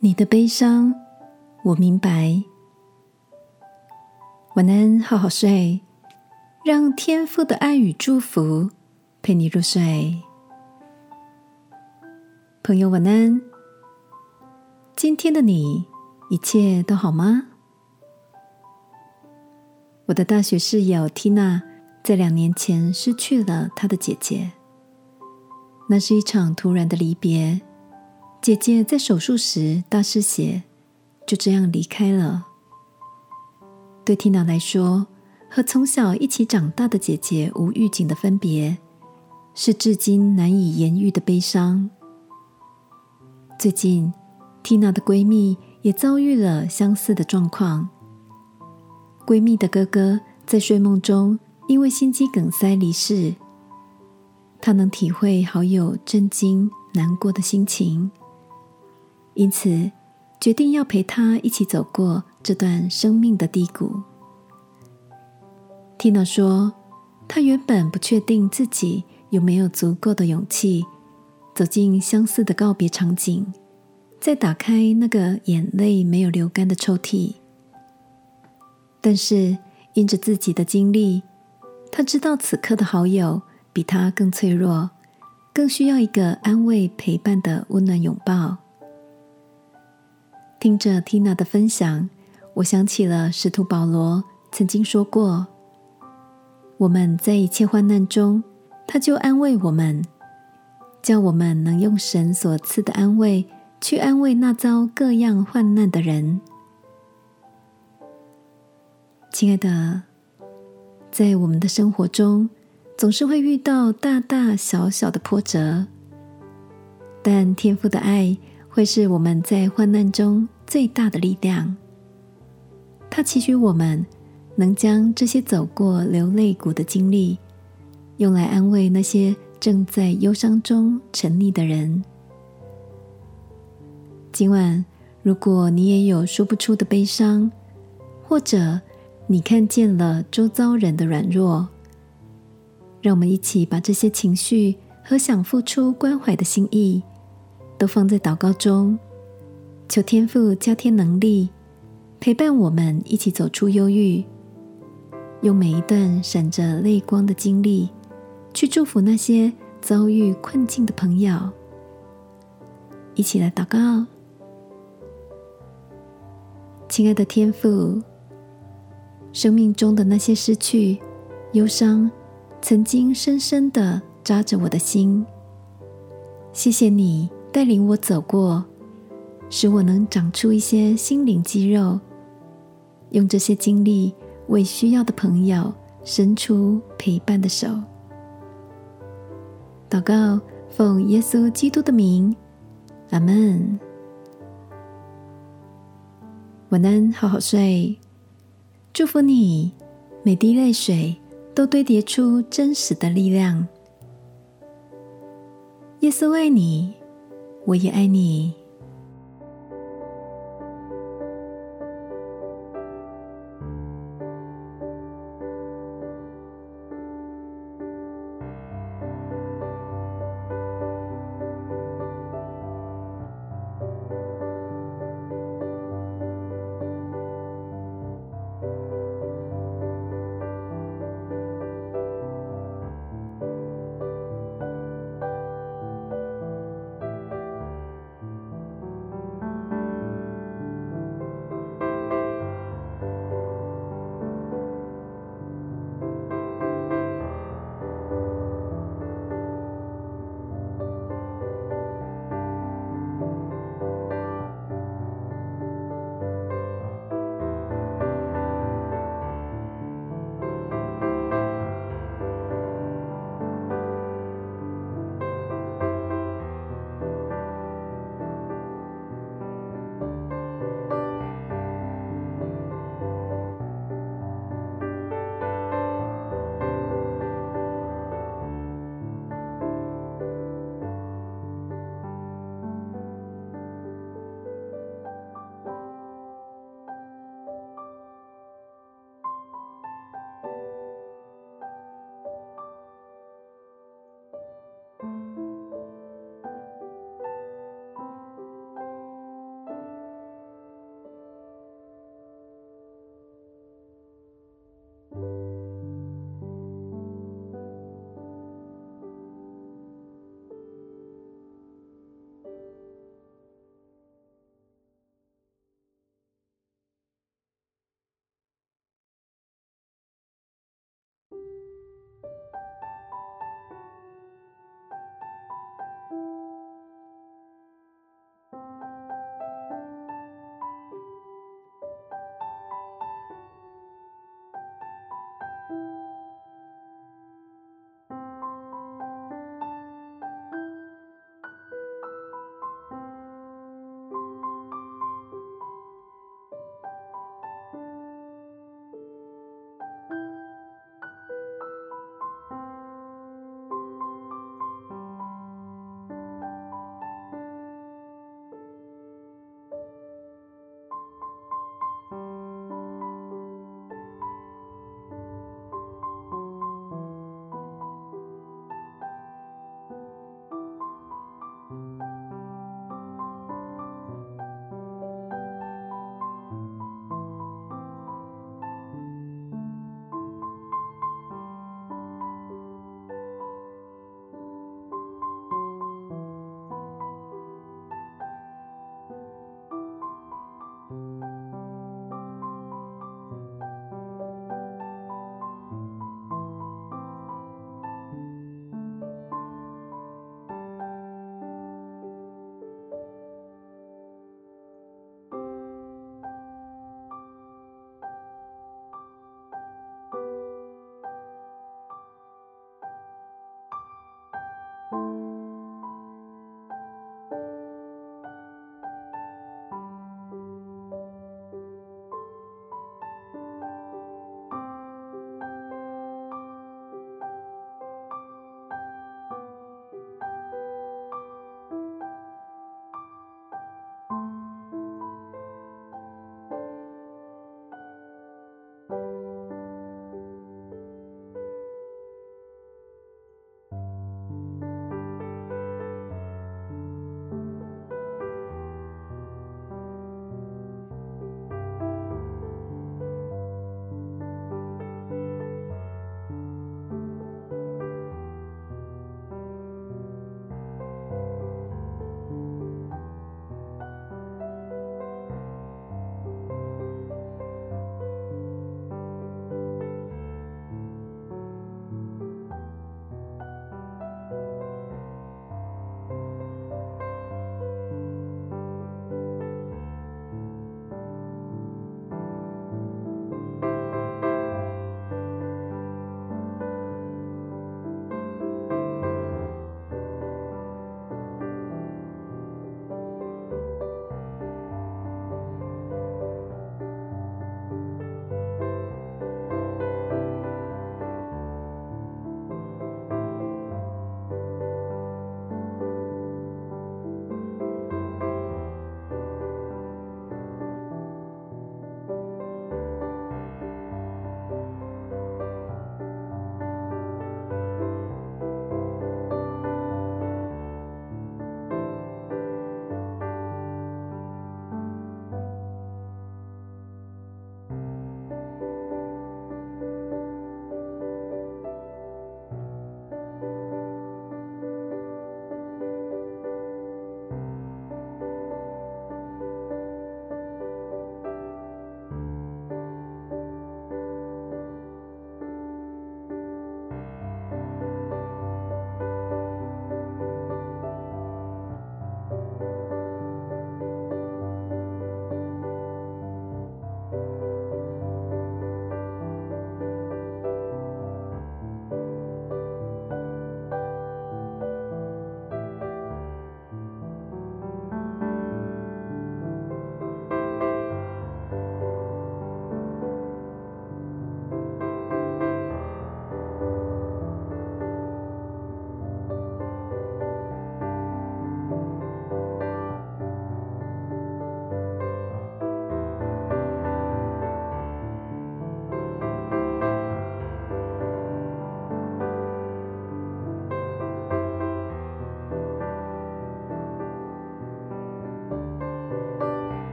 你的悲伤，我明白。晚安，好好睡，让天父的爱与祝福陪你入睡。朋友晚安，今天的你一切都好吗？我的大学室友 Tina 在2年前失去了她的姐姐，那是一场突然的离别。姐姐在手术时大失血，就这样离开了。对 Tina 来说，和从小一起长大的姐姐无预警的分别，是至今难以言喻的悲伤。最近 Tina 的闺蜜也遭遇了相似的状况。闺蜜的哥哥在睡梦中因为心肌梗塞离世，她能体会好友震惊难过的心情，因此决定要陪他一起走过这段生命的低谷。Tina 说，她原本不确定自己有没有足够的勇气走进相似的告别场景，再打开那个眼泪没有流干的抽屉。但是因着自己的经历，她知道此刻的好友比她更脆弱，更需要一个安慰陪伴的温暖拥抱。听着 Tina 的分享，我想起了使徒保罗曾经说过，我们在一切患难中，他就安慰我们，叫我们能用神所赐的安慰去安慰那遭各样患难的人。亲爱的，在我们的生活中，总是会遇到大大小小的波折，但天父的爱会是我们在患难中最大的力量。他期许我们能将这些走过流泪谷的经历，用来安慰那些正在忧伤中沉溺的人。今晚，如果你也有说不出的悲伤，或者你看见了周遭人的软弱，让我们一起把这些情绪和想付出关怀的心意都放在祷告中，求天父加添能力，陪伴我们一起走出忧郁，用每一段闪着泪光的经历去祝福那些遭遇困境的朋友。一起来祷告。亲爱的天父，生命中的那些失去、忧伤，曾经深深地扎着我的心。谢谢你带领我走过，使我能长出一些心灵肌肉，用这些经历为需要的朋友伸出陪伴的手。祷告，奉耶稣基督的名，阿们。晚安，好好睡。祝福你，每滴泪水都堆叠出真实的力量。耶稣爱你，我也爱你。